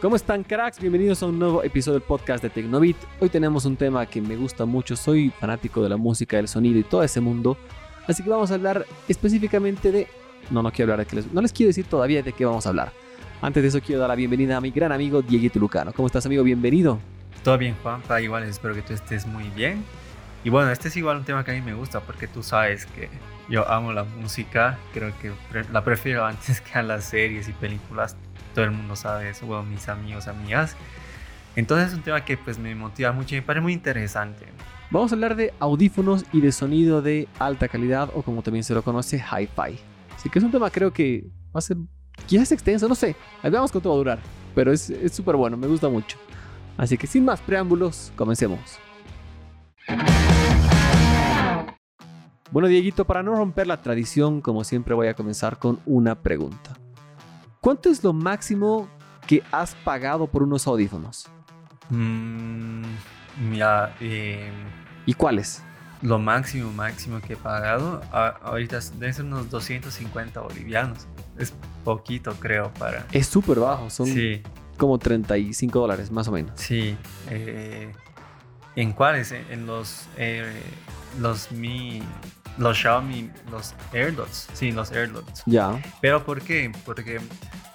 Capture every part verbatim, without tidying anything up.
¿Cómo están, cracks? Bienvenidos a un nuevo episodio del podcast de Tecnobit. Hoy tenemos un tema que me gusta mucho. Soy fanático de la música, del sonido y todo ese mundo. Así que vamos a hablar específicamente de... No, no quiero hablar de qué les... No les quiero decir todavía de qué vamos a hablar. Antes de eso quiero dar la bienvenida a mi gran amigo Dieguito Lucano. ¿Cómo estás, amigo? Bienvenido. Todo bien, Juanpa. Igual espero que tú estés muy bien. Y bueno, este es igual un tema que a mí me gusta porque tú sabes que yo amo la música. Creo que pre- la prefiero antes que a las series y películas. Todo el mundo sabe eso, bueno, mis amigos, amigas. Entonces es un tema que pues me motiva mucho y me parece muy interesante. Vamos a hablar de audífonos y de sonido de alta calidad, o como también se lo conoce, hi-fi. Así que es un tema, creo que va a ser quizás extenso, no sé. Veamos cuánto va a durar, pero es súper bueno, me gusta mucho. Así que sin más preámbulos, comencemos. Bueno, Dieguito, para no romper la tradición, como siempre voy a comenzar con una pregunta. ¿Cuánto es lo máximo que has pagado por unos audífonos? Mm, mira, eh, ¿Y cuáles? lo máximo, máximo que he pagado, a, ahorita deben ser unos doscientos cincuenta bolivianos. Es poquito, creo, para... Es súper bajo, son Sí, como treinta y cinco dólares más o menos. sí. Eh, ¿En cuáles? En, en los... Eh, los Mi... Los Xiaomi, los AirDots. Sí, los AirDots. Ya. ¿Pero por qué? Porque eh,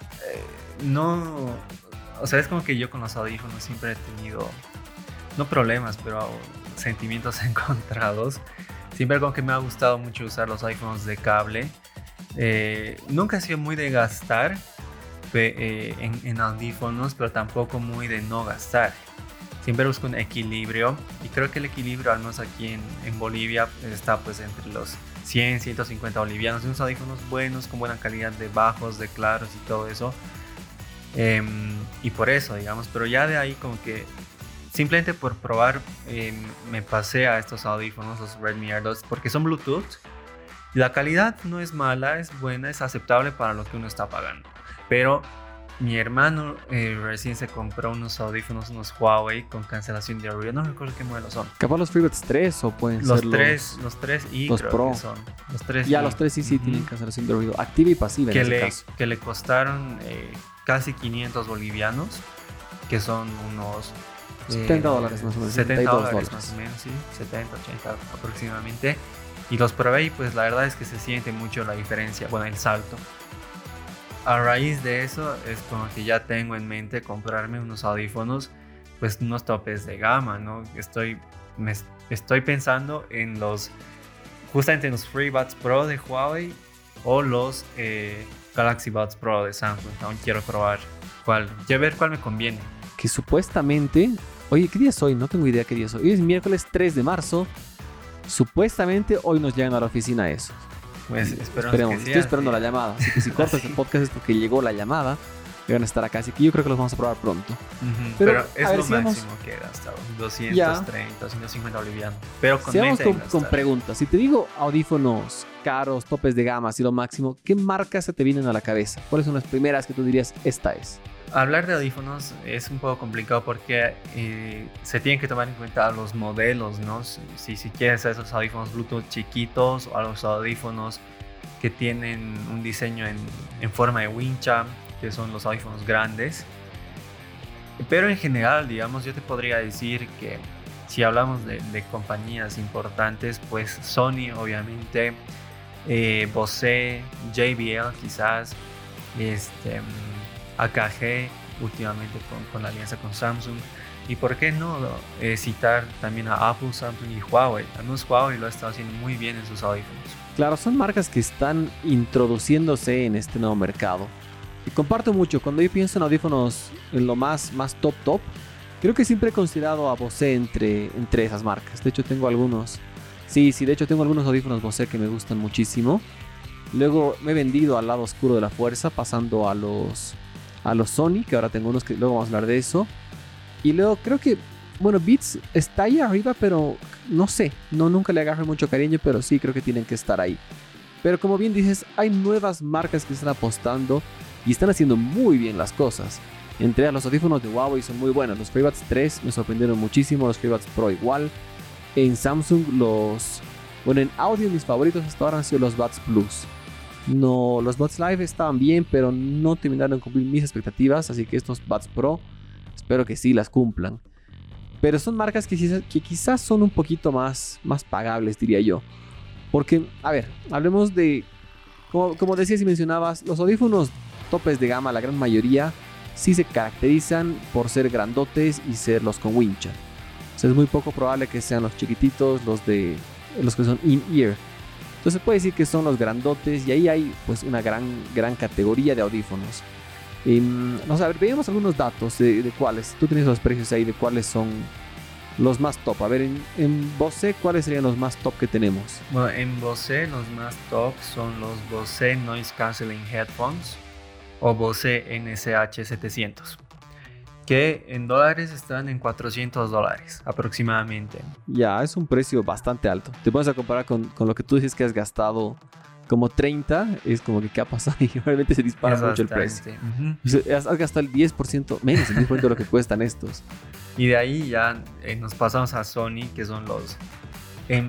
no... O sea, es como que yo con los audífonos siempre he tenido... No problemas, pero sentimientos encontrados. Siempre como que me ha gustado mucho usar los iPhones de cable. Eh, nunca he sido muy de gastar eh, en, en audífonos, pero tampoco muy de no gastar. Siempre busco un equilibrio y creo que el equilibrio, al menos aquí en, en Bolivia, está pues entre los cien, ciento cincuenta bolivianos, de unos audífonos buenos, con buena calidad de bajos, de claros y todo eso. Eh, y por eso, digamos, pero ya de ahí como que simplemente por probar eh, me pasé a estos audífonos, los Redmi AirDots, porque son Bluetooth. Y la calidad no es mala, es buena, es aceptable para lo que uno está pagando. Pero mi hermano eh, recién se compró unos audífonos, unos Huawei con cancelación de ruido. No recuerdo qué modelos son. Capaz los FreeBuds tres o pueden Los ser tres, los... los tres y los creo Pro. que son. Los tres Ya, i. los tres sí, sí Ujú. tienen cancelación de ruido. Activa y pasiva que en ese le, caso. que le costaron eh, casi quinientos bolivianos, que son unos... setenta dólares más o menos. setenta dólares dólares más o menos, sí. setenta, ochenta aproximadamente. Y los probé y pues la verdad es que se siente mucho la diferencia, bueno, el salto. A raíz de eso es como que ya tengo en mente comprarme unos audífonos, pues unos topes de gama, ¿no? Estoy, me, estoy pensando en los, justamente en los FreeBuds Pro de Huawei o los eh, Galaxy Buds Pro de Samsung. Aún quiero probar cuál, quiero ver cuál me conviene. Que supuestamente... Oye, ¿qué día es hoy? No tengo idea qué día es hoy. Hoy es miércoles tres de marzo. Supuestamente hoy nos llegan a la oficina eso. Pues esperemos Esperemos. que sea, Estoy esperando sí. la llamada. Así que si cortas Sí. el podcast es porque llegó la llamada. Y van a estar acá. Así que yo creo que los vamos a probar pronto. Ujú, Pero, pero, a es ver, lo sigamos. máximo que he gastado. doscientos treinta, ciento cincuenta bolivianos. Pero con Sigamos mente con, en con gastar. preguntas. Si te digo audífonos caros, topes de gama, así lo máximo, ¿qué marcas se te vienen a la cabeza? ¿Cuáles son las primeras que tú dirías, esta es? Hablar de audífonos es un poco complicado porque eh, se tienen que tomar en cuenta los modelos, ¿no? Si, si quieres esos audífonos Bluetooth chiquitos o a los audífonos que tienen un diseño en, en forma de wincha, que son los audífonos grandes. Pero en general, digamos, yo te podría decir que si hablamos de, de compañías importantes, pues Sony, obviamente, eh, Bose, J B L quizás, este, A K G, últimamente con, con la alianza con Samsung. Y por qué no eh, citar también a Apple, Samsung y Huawei. Al menos Huawei lo ha estado haciendo muy bien en sus audífonos. Claro, son marcas que están introduciéndose en este nuevo mercado. Y comparto mucho, cuando yo pienso en audífonos en lo más, más top top, creo que siempre he considerado a Bose entre, entre esas marcas. De hecho tengo algunos, sí, sí, de hecho tengo algunos audífonos Bose que me gustan muchísimo. Luego me he vendido al lado oscuro de la fuerza, pasando a los, a los Sony, que ahora tengo unos que luego vamos a hablar de eso. Y luego creo que, bueno, Beats está ahí arriba, pero no sé, no, nunca le agarré mucho cariño, pero sí creo que tienen que estar ahí. Pero como bien dices, hay nuevas marcas que están apostando y están haciendo muy bien las cosas. Entre ellas, los audífonos de Huawei son muy buenos. Los FreeBuds tres me sorprendieron muchísimo, los FreeBuds Pro igual. En Samsung los... Bueno, en audio mis favoritos hasta ahora han sido los Buds Plus. No, los Buds Live estaban bien, pero no terminaron de cumplir mis expectativas, así que estos Buds Pro espero que sí las cumplan. Pero son marcas que, que quizás son un poquito más, más pagables, diría yo. Porque, a ver, hablemos de, como, como decías y mencionabas, los audífonos topes de gama, la gran mayoría, sí se caracterizan por ser grandotes y ser los con wincha. O sea, es muy poco probable que sean los chiquititos, los de los que son in-ear. Entonces se puede decir que son los grandotes y ahí hay pues una gran, gran categoría de audífonos. Y, vamos a ver, veamos algunos datos de, de cuáles. Tú tienes los precios ahí de cuáles son los más top. A ver, en, en Bose, ¿cuáles serían los más top que tenemos? Bueno, en Bose los más top son los Bose Noise Cancelling Headphones o Bose N S H setecientos, que en dólares están en cuatrocientos dólares aproximadamente. Ya, es un precio bastante alto. Te pones a comparar con, con lo que tú dices que has gastado como treinta, es como que ¿qué ha pasado? Y realmente se dispara es mucho bastante el precio. Uh-huh. O sea, has, has gastado el diez por ciento, menos el diez por ciento de lo que cuestan estos. Y de ahí ya eh, nos pasamos a Sony, que son los M-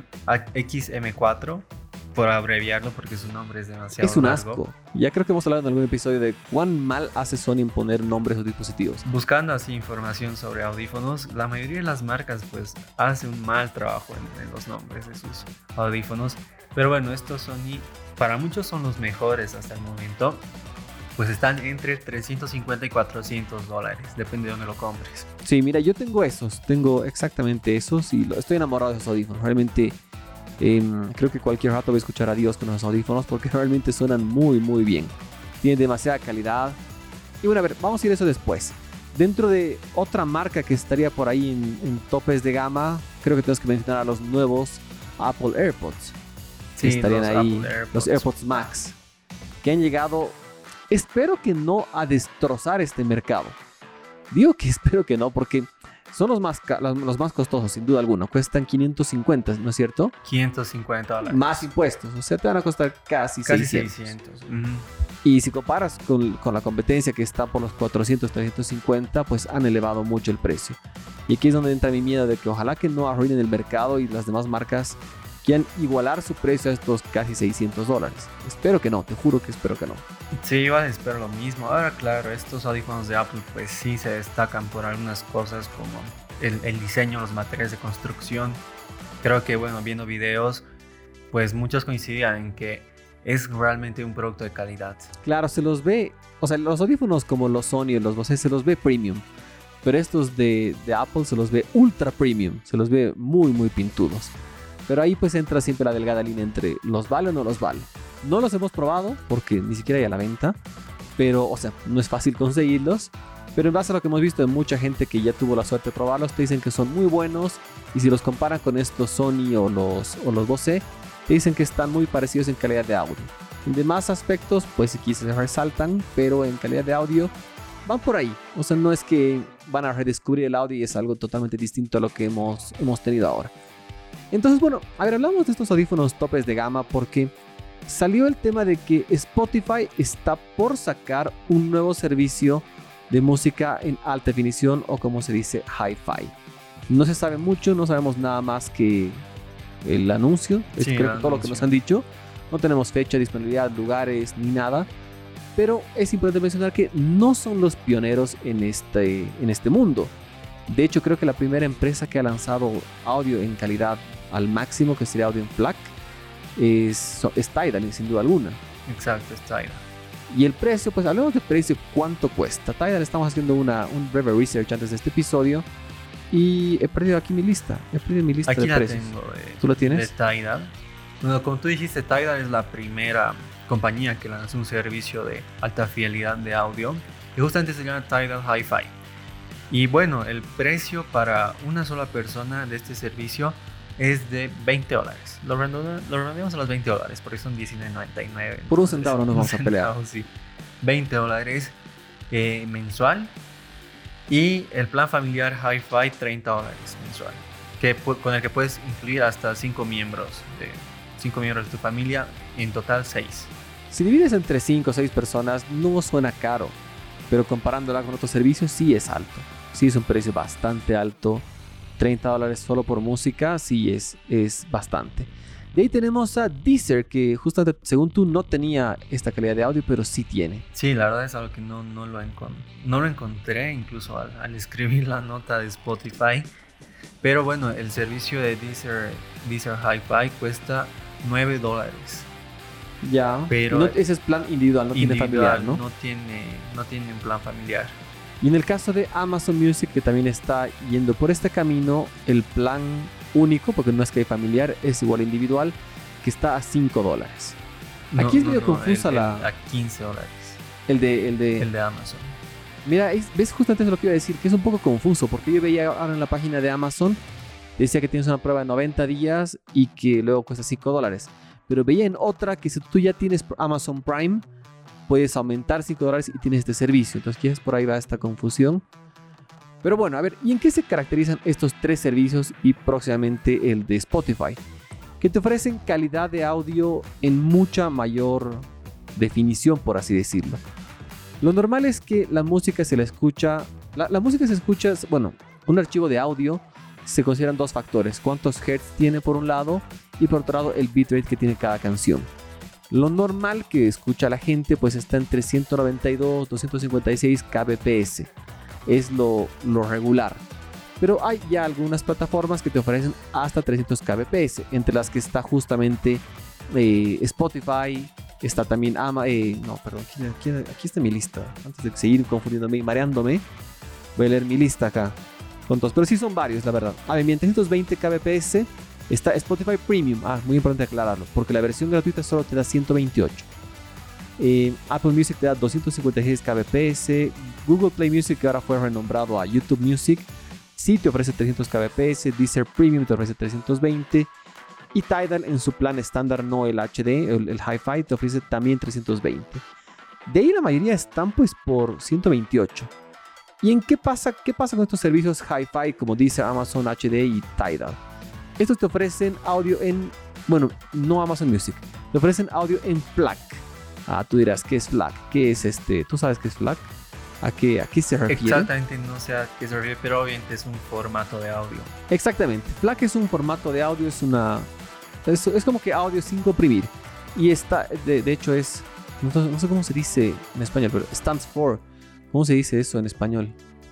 X M cuatro, por abreviarlo porque su nombre es demasiado Es un largo. asco. Ya creo que hemos hablado en algún episodio de cuán mal hace Sony en poner nombres a sus dispositivos. Buscando así información sobre audífonos, la mayoría de las marcas pues hace un mal trabajo en, en los nombres de sus audífonos. Pero bueno, estos Sony para muchos son los mejores hasta el momento. Pues están entre trescientos cincuenta y cuatrocientos dólares, depende de dónde lo compres. Sí, mira, yo tengo esos, tengo exactamente esos y lo, estoy enamorado de esos audífonos. Realmente eh, creo que cualquier rato voy a escuchar a Dios con los audífonos porque realmente suenan muy, muy bien. Tienen demasiada calidad. Y bueno, a ver, vamos a ir a eso después. Dentro de otra marca que estaría por ahí en, en topes de gama, creo que tenemos que mencionar a los nuevos Apple AirPods. Sí, estarían los ahí, Apple AirPods. los AirPods Max, que han llegado, espero que no a destrozar este mercado. Digo que espero que no, porque son los más, los, los más costosos, sin duda alguna. Cuestan quinientos cincuenta, ¿no es cierto? quinientos cincuenta dólares. Más impuestos, o sea, te van a costar casi, casi seiscientos. seiscientos. Uh-huh. Y si comparas con, con la competencia que está por los cuatrocientos, trescientos cincuenta, pues han elevado mucho el precio. Y aquí es donde entra mi miedo de que ojalá que no arruinen el mercado y las demás marcas quieran igualar su precio a estos casi seiscientos dólares. Espero que no, te juro que espero que no. Sí, igual espero lo mismo. Ahora, claro, estos audífonos de Apple pues sí se destacan por algunas cosas como el, el diseño, los materiales de construcción. Creo que, bueno, viendo videos, pues muchos coincidían en que es realmente un producto de calidad. Claro, se los ve, o sea, los audífonos como los Sony o los Bose se los ve premium, pero estos de, de Apple se los ve ultra premium, se los ve muy, muy pintudos. Pero ahí pues entra siempre la delgada línea entre los vale o no los vale. No los hemos probado porque ni siquiera hay a la venta, pero, o sea, no es fácil conseguirlos. Pero en base a lo que hemos visto de mucha gente que ya tuvo la suerte de probarlos, te dicen que son muy buenos. Y si los comparan con estos Sony o los, o los Bose, te dicen que están muy parecidos en calidad de audio. En demás aspectos, pues sí quizás se resaltan, pero en calidad de audio van por ahí. O sea, no es que van a redescubrir el audio y es algo totalmente distinto a lo que hemos, hemos tenido ahora. Entonces, bueno, a ver, hablamos de estos audífonos topes de gama porque salió el tema de que Spotify está por sacar un nuevo servicio de música en alta definición o como se dice, hi-fi. No se sabe mucho, no sabemos nada más que el anuncio, es sí, creo el que todo anuncio. lo que nos han dicho. No tenemos fecha, disponibilidad, lugares ni nada. Pero es importante mencionar que no son los pioneros en este, en este mundo. De hecho, creo que la primera empresa que ha lanzado audio en calidad al máximo, que sería audio en FLAC, es, es Tidal, sin duda alguna. Exacto, es Tidal. Y el precio, pues hablemos de precio, ¿cuánto cuesta? Tidal, estamos haciendo una, un breve research antes de este episodio y he perdido aquí mi lista. He perdido mi lista Aquí de la precios. tengo de, ¿Tú la tienes? de Tidal. Bueno, como tú dijiste, Tidal es la primera compañía que lanzó un servicio de alta fidelidad de audio y justamente se llama Tidal Hi-Fi. Y bueno, el precio para una sola persona de este servicio es de veinte dólares. Lo redondeamos a los veinte dólares porque son diecinueve noventa y nueve. Por un centavo no nos vamos a pelear. Sí. veinte dólares eh, mensual. Y el plan familiar Hi-Fi treinta dólares mensual. Que, con el que puedes incluir hasta cinco miembros de cinco miembros de tu familia. En total seis. Si divides entre cinco o seis personas no suena caro, pero comparándola con otros servicios sí es alto. Sí es un precio bastante alto. treinta dólares solo por música sí es, es bastante. De ahí tenemos a Deezer, que justamente según tú no tenía esta calidad de audio, pero sí tiene. Sí, la verdad es algo que no, no, lo, encon- no lo encontré incluso al, al escribir la nota de Spotify. Pero bueno, el servicio de Deezer, Deezer Hi-Fi cuesta nueve dólares. Ya, pero no, ese es plan individual, no individual, tiene familiar, ¿no? No tiene, no tiene un plan familiar. Y en el caso de Amazon Music, que también está yendo por este camino, el plan único, porque no es que hay familiar, es igual individual, que está a cinco dólares. No, Aquí es no, medio no, confusa el, la... el, a quince dólares. El de, el de... El de Amazon. Mira, es, ves justamente eso lo que iba a decir, que es un poco confuso, porque yo veía ahora en la página de Amazon, decía que tienes una prueba de noventa días y que luego cuesta cinco dólares. Pero veía en otra que si tú ya tienes Amazon Prime, puedes aumentar cinco dólares y tienes este servicio. Entonces, quizás por ahí va esta confusión. Pero bueno, a ver, ¿y en qué se caracterizan estos tres servicios y próximamente el de Spotify? Que te ofrecen calidad de audio en mucha mayor definición, por así decirlo. Lo normal es que la música se la escucha, la, la música se escucha, bueno, un archivo de audio se consideran dos factores, cuántos hertz tiene por un lado y por otro lado el bitrate que tiene cada canción. Lo normal que escucha la gente pues está entre ciento noventa y dos, doscientos cincuenta y seis kbps, es lo, lo regular. Pero hay ya algunas plataformas que te ofrecen hasta trescientos kbps, entre las que está justamente eh, Spotify, está también Ama, eh, no, perdón, aquí, aquí, aquí está mi lista, antes de seguir confundiéndome y mareándome, voy a leer mi lista acá, con todos, pero sí son varios, la verdad. A ver, en trescientos veinte kbps está Spotify Premium, ah, muy importante aclararlo, porque la versión gratuita solo te da ciento veintiocho. Eh, Apple Music te da doscientos cincuenta y seis kbps, Google Play Music, que ahora fue renombrado a YouTube Music, sí te ofrece trescientos kbps, Deezer Premium te ofrece trescientos veinte, y Tidal en su plan estándar, no el H D, el, el Hi-Fi, te ofrece también trescientos veinte. De ahí la mayoría están pues por ciento veintiocho. ¿Y en qué pasa, qué pasa con estos servicios Hi-Fi como Deezer, Amazon H D y Tidal? Estos te ofrecen audio en, bueno, no Amazon Music, te ofrecen audio en FLAC. Ah, tú dirás, ¿qué es FLAC? ¿Qué es este? ¿Tú sabes qué es FLAC? ¿A qué, a qué se refiere? Exactamente, no sé a qué se refiere, pero obviamente es un formato de audio. Exactamente, FLAC es un formato de audio, es una... Es, es como que audio sin comprimir. Y está, de, de hecho es, no, no sé cómo se dice en español, pero stands for, ¿cómo se dice eso en español?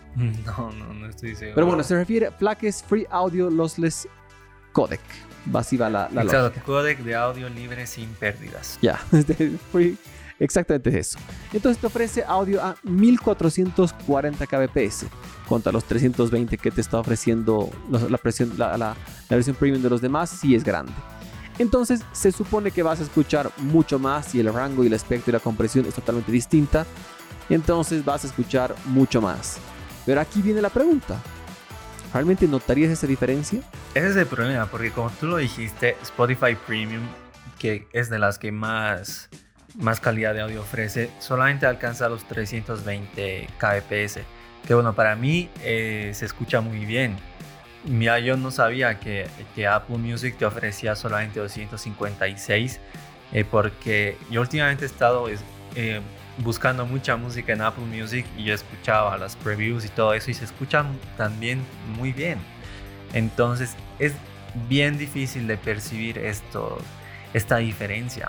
No, no, no estoy seguro. Pero bueno, se refiere, FLAC es Free Audio Lossless Codec. Así va la, la Exacto, lógica. codec de audio libre sin pérdidas. Ya, free, exactamente eso. Entonces te ofrece audio a mil cuatrocientos cuarenta kbps contra los trescientos veinte que te está ofreciendo la, presión, la, la, la versión premium de los demás, sí es grande. Entonces se supone que vas a escuchar mucho más y el rango y el espectro y la compresión es totalmente distinta. Entonces vas a escuchar mucho más. Pero aquí viene la pregunta. ¿Realmente notarías esa diferencia? Ese es el problema, porque como tú lo dijiste, Spotify Premium, que es de las que más, más calidad de audio ofrece, solamente alcanza los trescientos veinte kbps. Que bueno, para mí eh, se escucha muy bien. Mira, yo no sabía que, que Apple Music te ofrecía solamente doscientos cincuenta y seis, eh, porque yo últimamente he estado eh, buscando mucha música en Apple Music y yo escuchaba las previews y todo eso y se escucha también muy bien. Entonces es bien difícil de percibir esto, esta diferencia.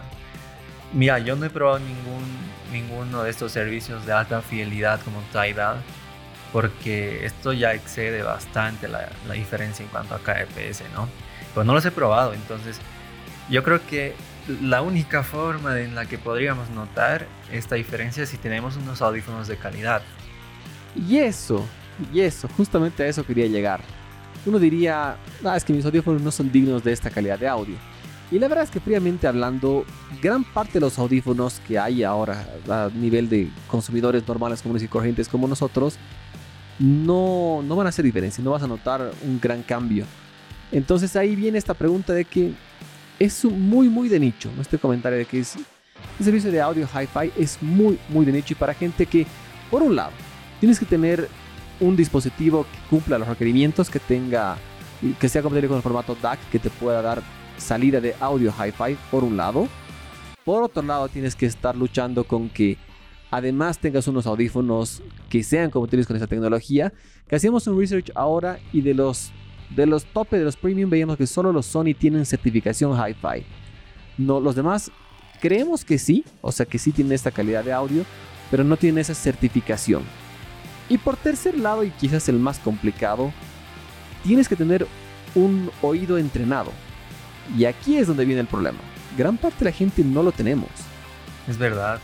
Mira, yo no he probado ningún, ninguno de estos servicios de alta fidelidad como Tidal, porque esto ya excede bastante la, la diferencia en cuanto a kbps, ¿no? Pero no los he probado, entonces yo creo que la única forma en la que podríamos notar esta diferencia es si tenemos unos audífonos de calidad. Y eso, y eso, justamente a eso quería llegar. Uno diría, ah, es que mis audífonos no son dignos de esta calidad de audio. Y la verdad es que fríamente hablando, gran parte de los audífonos que hay ahora a nivel de consumidores normales, comunes y corrientes como nosotros, no, no van a hacer diferencia, no vas a notar un gran cambio. Entonces ahí viene esta pregunta de que es muy muy de nicho, este comentario de que es, el servicio de audio Hi-Fi es muy muy de nicho y para gente que, por un lado, tienes que tener un dispositivo que cumpla los requerimientos, que tenga, que sea compatible con el formato D A C, que te pueda dar salida de audio Hi-Fi, por un lado. Por otro lado, tienes que estar luchando con que además tengas unos audífonos que sean compatibles con esa tecnología. Que hacíamos un research ahora y de los De los tope, de los premium, veíamos que solo los Sony tienen certificación Hi-Fi. No, los demás creemos que sí, o sea que sí tienen esta calidad de audio, pero no tienen esa certificación. Y por tercer lado, y quizás el más complicado, tienes que tener un oído entrenado. Y aquí es donde viene el problema. Gran parte de la gente no lo tenemos. Es verdad,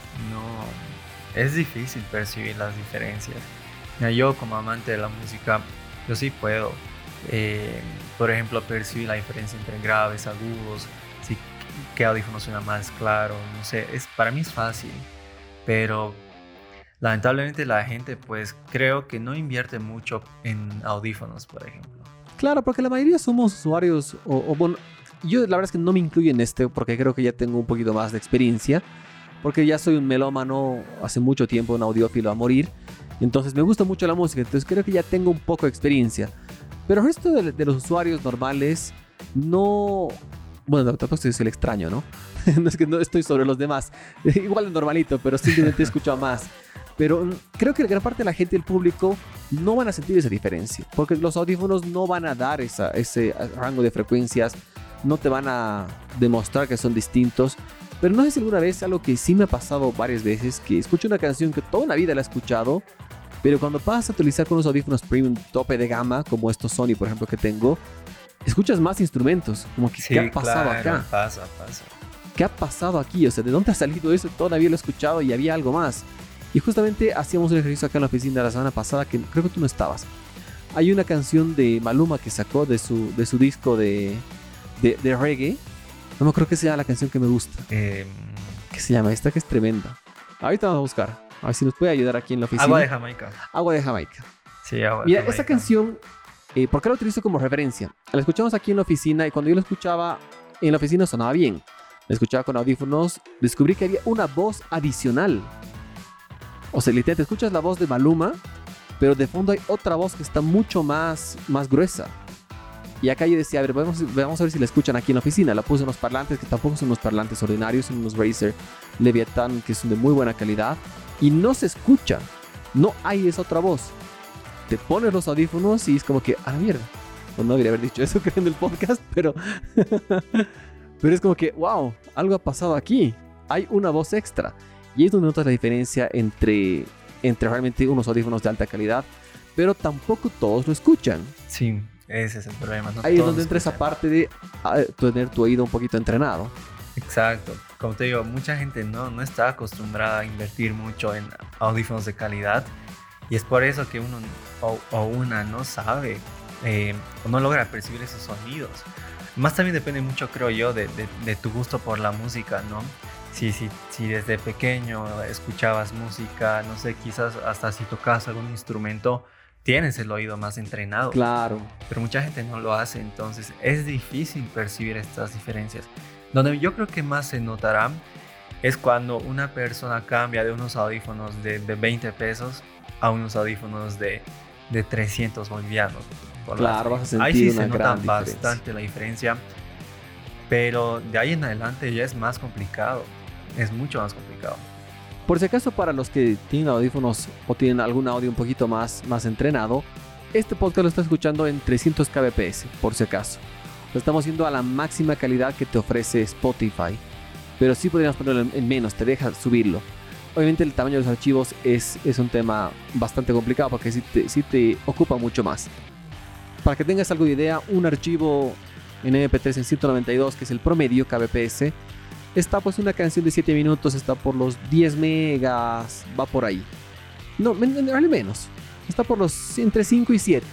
no, es difícil percibir las diferencias. Mira, yo como amante de la música, yo sí puedo, eh, por ejemplo, percibir la diferencia entre graves, agudos, si, qué audífono suena más claro, no sé, es, para mí es fácil, pero lamentablemente la gente pues creo que no invierte mucho en audífonos, por ejemplo. Claro, porque la mayoría somos usuarios, o, o bueno, yo la verdad es que no me incluyo en este porque creo que ya tengo un poquito más de experiencia, porque ya soy un melómano hace mucho tiempo, un audiófilo a morir, entonces me gusta mucho la música, entonces creo que ya tengo un poco de experiencia, pero el resto de, de los usuarios normales no... Bueno, tampoco soy el extraño, ¿no? No es que no estoy sobre los demás, igual de normalito, pero simplemente escucho más. Pero creo que gran parte de la gente del público no van a sentir esa diferencia, porque los audífonos no van a dar esa, ese rango de frecuencias, no te van a demostrar que son distintos. Pero no sé si alguna vez, algo que sí me ha pasado varias veces, que escucho una canción que toda una vida la he escuchado, pero cuando pasas a utilizar con unos audífonos premium tope de gama, como estos Sony por ejemplo que tengo, escuchas más instrumentos, como que Sí, ¿qué ha pasado claro, acá? pasa, pasa. ¿Qué ha pasado aquí? O sea, ¿de dónde ha salido eso? Todavía lo he escuchado y había algo más. Y justamente hacíamos un ejercicio acá en la oficina la semana pasada que creo que tú no estabas. Hay una canción de Maluma que sacó de su, de su disco de, de, de reggae. No me creo que sea la canción que me gusta. Eh, ¿Qué se llama? Esta que es tremenda. Ahorita vamos a buscar. A ver si nos puede ayudar aquí en la oficina. Agua de Jamaica. Agua de Jamaica. Sí, agua de Mira, Jamaica. esta canción, eh, ¿por qué la utilizo como referencia? La escuchamos aquí en la oficina y cuando yo la escuchaba en la oficina sonaba bien. La escuchaba con audífonos, descubrí que había una voz adicional. O sea, literalmente escuchas la voz de Maluma, pero de fondo hay otra voz que está mucho más, más gruesa. Y acá yo decía, a ver, vamos, vamos a ver si la escuchan aquí en la oficina. La puse en unos parlantes que tampoco son unos parlantes ordinarios, son unos Razer Leviathan que son de muy buena calidad. Y no se escucha, no hay esa otra voz. Te pones los audífonos y es como que, a la mierda. Pues no debería haber dicho eso creo en el podcast, pero... pero es como que, wow, algo ha pasado aquí. Hay una voz extra. Y es donde notas la diferencia entre, entre realmente unos audífonos de alta calidad, pero tampoco todos lo escuchan. Sí, ese es el problema. No Ahí es todos donde entra esa escuchan. parte de uh, tener tu oído un poquito entrenado. Exacto. Como te digo, mucha gente no, no está acostumbrada a invertir mucho en audífonos de calidad y es por eso que uno o, o una no sabe eh, o no logra percibir esos sonidos. Más también depende mucho, creo yo, de, de, de tu gusto por la música, ¿no? Si, si, si desde pequeño escuchabas música, no sé, quizás hasta si tocas algún instrumento, tienes el oído más entrenado. Claro. Pero mucha gente no lo hace, entonces es difícil percibir estas diferencias. Donde yo creo que más se notará es cuando una persona cambia de unos audífonos de, de veinte pesos a unos audífonos de, de trescientos bolivianos. Claro, vas a sentir ahí sí una se nota gran diferencia. bastante la diferencia, pero de ahí en adelante ya es más complicado, es mucho más complicado. Por si acaso, para los que tienen audífonos o tienen algún audio un poquito más, más entrenado, este podcast lo está escuchando en trescientos kilobits por segundo, por si acaso. Lo estamos haciendo a la máxima calidad que te ofrece Spotify, pero sí podríamos ponerlo en, en menos, te deja subirlo. Obviamente el tamaño de los archivos es, es un tema bastante complicado porque sí te, sí te ocupa mucho más. Para que tengas algo de idea, un archivo en eme pe tres en ciento noventa y dos, que es el promedio kbps, está pues una canción de siete minutos, está por los diez megas, va por ahí. No, vale menos, está por los entre cinco y siete.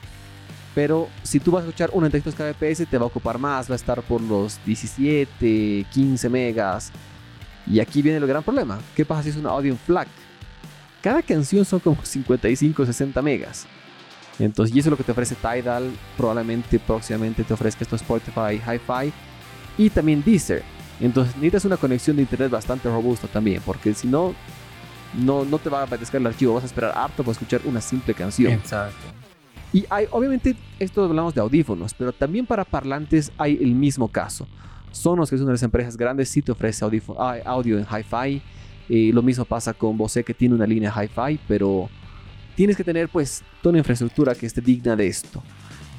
Pero si tú vas a escuchar uno en trescientos kilobits te va a ocupar más, va a estar por los diecisiete, quince megas. Y aquí viene el gran problema. ¿Qué pasa si es un audio en FLAC? Cada canción son como cincuenta y cinco, sesenta megas. Entonces, y eso es lo que te ofrece Tidal. Probablemente próximamente te ofrezca esto Spotify Hi-Fi y también Deezer. Entonces necesitas una conexión de internet bastante robusta también, porque si no, no, no te va a descargar el archivo. Vas a esperar harto para escuchar una simple canción. Exacto. Y hay, obviamente, esto hablamos de audífonos, pero también para parlantes hay el mismo caso. Sonos, que es una de las empresas grandes, sí te ofrece audífono, audio en Hi-Fi. Eh, lo mismo pasa con Bose, que tiene una línea Hi-Fi, pero tienes que tener pues toda una infraestructura que esté digna de esto.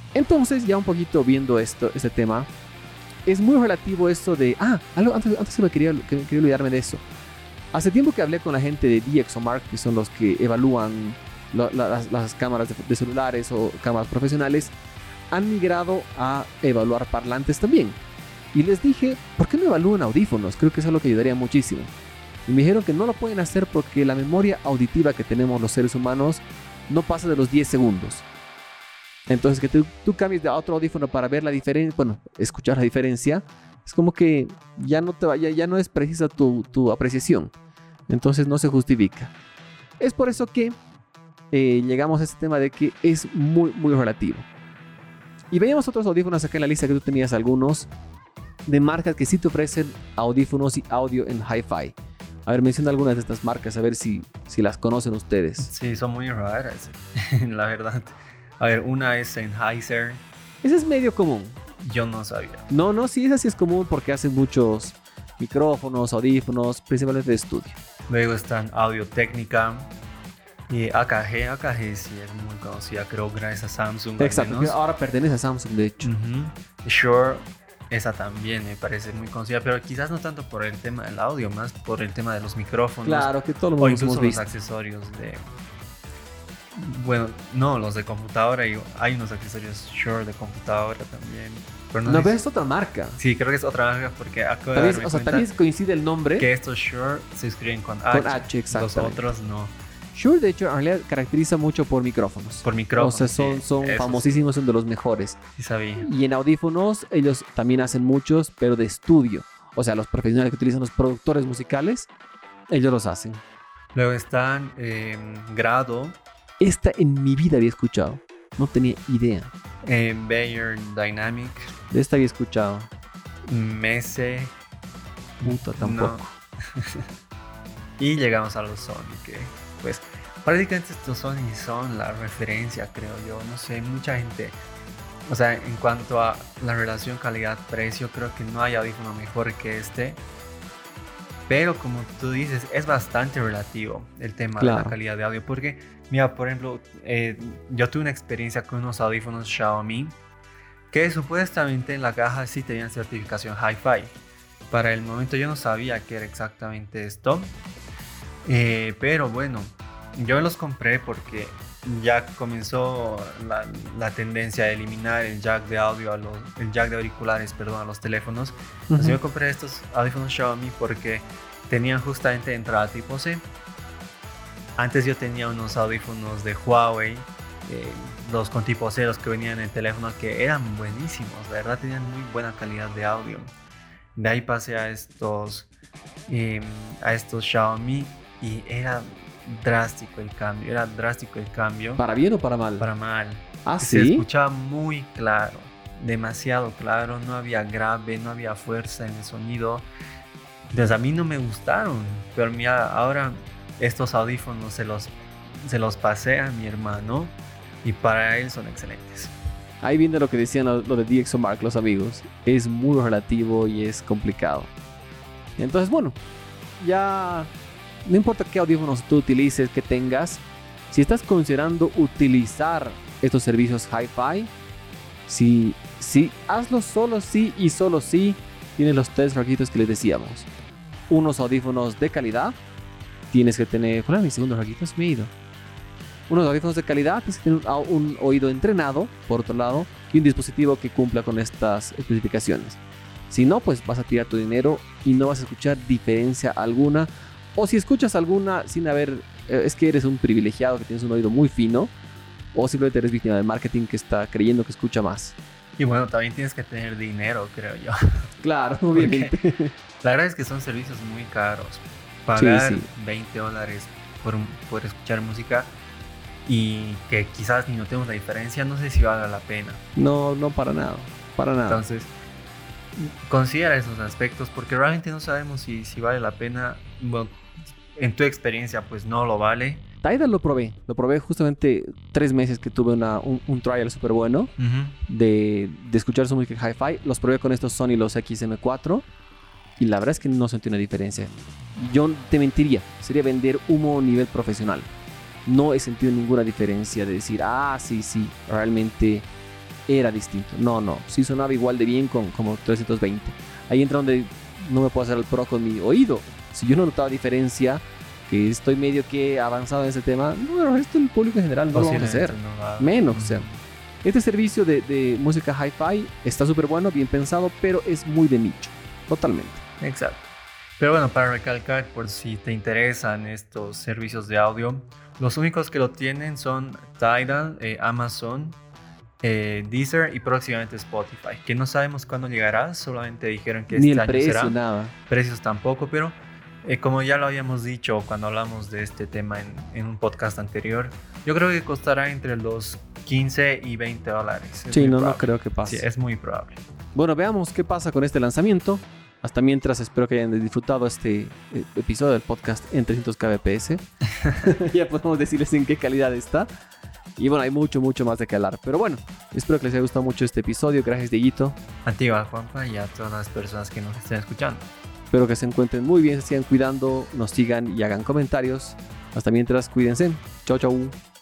Entonces, ya un poquito viendo esto, este tema, es muy relativo esto de... Ah, algo, antes, antes que me quería, que quería olvidarme de eso. Hace tiempo que hablé con la gente de DxOMark, que son los que evalúan lo, la, las, las cámaras de, de celulares o cámaras profesionales, han migrado a evaluar parlantes también. Y les dije, ¿por qué no evalúan audífonos? Creo que eso es lo que ayudaría muchísimo. Y me dijeron que no lo pueden hacer porque la memoria auditiva que tenemos los seres humanos no pasa de los diez segundos. Entonces que tú, tú cambies de otro audífono para ver la diferencia, bueno, escuchar la diferencia, es como que ya no, te va, ya, ya no es precisa tu, tu apreciación. Entonces no se justifica. Es por eso que eh, llegamos a este tema de que es muy, muy relativo. Y veíamos otros audífonos acá en la lista que tú tenías algunos de marcas que sí te ofrecen audífonos y audio en hi-fi. A ver, menciona algunas de estas marcas, a ver si, si las conocen ustedes. Sí, son muy raras, la verdad. A ver, una es Sennheiser. Ese es medio común. Yo no sabía. No, no, sí, esa sí es común porque hacen muchos micrófonos, audífonos, principalmente de estudio. Luego están Audio-Técnica y A K G. A K G sí es muy conocida, creo, gracias a Samsung. Exacto, que ahora pertenece a Samsung, de hecho. Uh-huh. Shure, esa también me parece muy conocida, pero quizás no tanto por el tema del audio, más por el tema de los micrófonos. Claro, que todos los o incluso hemos los visto. accesorios de... Bueno, no, los de computadora. Y hay unos accesorios Shure de computadora también. Pero no, No, es... pero es otra marca. Sí, creo que es otra marca porque acabo de También, darme o sea, cuenta también coincide el nombre. que estos Shure se escriben con H. Con H, exactamente. Los otros no. Shure, de hecho, en realidad caracteriza mucho por micrófonos. Por micrófonos. O sea, son, sí, son esos famosísimos, son de los mejores. Sí sabía. Y en audífonos, ellos también hacen muchos, pero de estudio. O sea, los profesionales que utilizan los productores musicales, ellos los hacen. Luego están eh, Grado. Esta en mi vida había escuchado. No tenía idea. Eh, Bayer Dynamic. De esta había escuchado. Mese. Puta, tampoco. No. Y llegamos a los Sony, que pues prácticamente estos Sony son la referencia, creo yo. No sé, mucha gente... O sea, en cuanto a la relación calidad-precio, creo que no hay audífono mejor que este. Pero como tú dices, es bastante relativo el tema claro. de la calidad de audio. Porque, mira, por ejemplo, eh, yo tuve una experiencia con unos audífonos Xiaomi que supuestamente en la caja sí tenían certificación Hi-Fi. Para el momento yo no sabía qué era exactamente esto. Eh, pero bueno, yo los compré porque ya comenzó la, la tendencia a eliminar el jack de audio, a los, el jack de auriculares, perdón, a los teléfonos. Entonces uh-huh. yo compré estos audífonos Xiaomi porque tenían justamente entrada tipo C. Antes yo tenía unos audífonos de Huawei, eh, los con tipo C, los que venían en el teléfono, que eran buenísimos, la verdad tenían muy buena calidad de audio. De ahí pasé a estos, eh, a estos Xiaomi y era drástico el cambio, era drástico el cambio. ¿Para bien o para mal? Para mal. ¿Ah, Se sí? escuchaba muy claro, demasiado claro, no había grave, no había fuerza en el sonido. Entonces a mí no me gustaron, pero mira, ahora estos audífonos se los, se los pasé a mi hermano y para él son excelentes. Ahí viene lo que decían lo, lo de DxOMark, los amigos. Es muy relativo y es complicado. Entonces, bueno, ya no importa qué audífonos tú utilices, que tengas, si estás considerando utilizar estos servicios Hi-Fi, si, si hazlo solo sí y solo sí tienes los tres requisitos que les decíamos. Unos audífonos de calidad, tienes que tener... ¿Cuál era mi segundo requisito? Me he ido. Unos audífonos de calidad, tienes que tener un, un oído entrenado, por otro lado, y un dispositivo que cumpla con estas especificaciones. Si no, pues vas a tirar tu dinero y no vas a escuchar diferencia alguna. O si escuchas alguna sin haber... Eh, es que eres un privilegiado que tienes un oído muy fino, o simplemente eres víctima del marketing que está creyendo que escucha más. Y bueno, también tienes que tener dinero, creo yo. Claro, obviamente. La verdad es que son servicios muy caros. Pagar sí, sí. veinte dólares por, por escuchar música y que quizás ni notemos la diferencia, no sé si valga la pena. No, no para nada, para nada. Entonces, considera esos aspectos porque realmente no sabemos si, si vale la pena. Bueno, en tu experiencia, pues no lo vale. Tidal lo probé, lo probé justamente tres meses que tuve una, un, un trial súper bueno uh-huh. de, de escuchar su música Hi-Fi. Los probé con estos Sony, los X M cuatro, y la verdad es que no sentí una diferencia. Yo te mentiría, sería vender humo a nivel profesional. No he sentido ninguna diferencia de decir, ah, sí, sí, realmente era distinto. No, no, sí sonaba igual de bien con como trescientos veinte. Ahí entra donde no me puedo hacer el pro con mi oído. Si yo no notaba diferencia, que estoy medio que avanzado en ese tema, no, el resto del público en general no lo vamos a hacer. No va... Menos, o sea. Este servicio de, de música hi-fi está súper bueno, bien pensado, pero es muy de nicho. Totalmente. Exacto. Pero bueno, para recalcar, por si te interesan estos servicios de audio, los únicos que lo tienen son Tidal, eh, Amazon, eh, Deezer y próximamente Spotify, que no sabemos cuándo llegará, solamente dijeron que Ni este el año precio, será. nada. Precios tampoco, pero eh, como ya lo habíamos dicho cuando hablamos de este tema en, en un podcast anterior, yo creo que costará entre los quince y veinte dólares. Es Sí, no, probable. no creo que pase. Sí, es muy probable. Bueno, veamos qué pasa con este lanzamiento. Hasta mientras, espero que hayan disfrutado este eh, episodio del podcast en trescientos kilobits por segundo. Ya podemos decirles en qué calidad está. Y bueno, hay mucho, mucho más de qué hablar. Pero bueno, espero que les haya gustado mucho este episodio. Gracias, Dieguito. Antigua Juanpa y a todas las personas que nos estén escuchando. Espero que se encuentren muy bien, se sigan cuidando, nos sigan y hagan comentarios. Hasta mientras, cuídense. Chau, chau.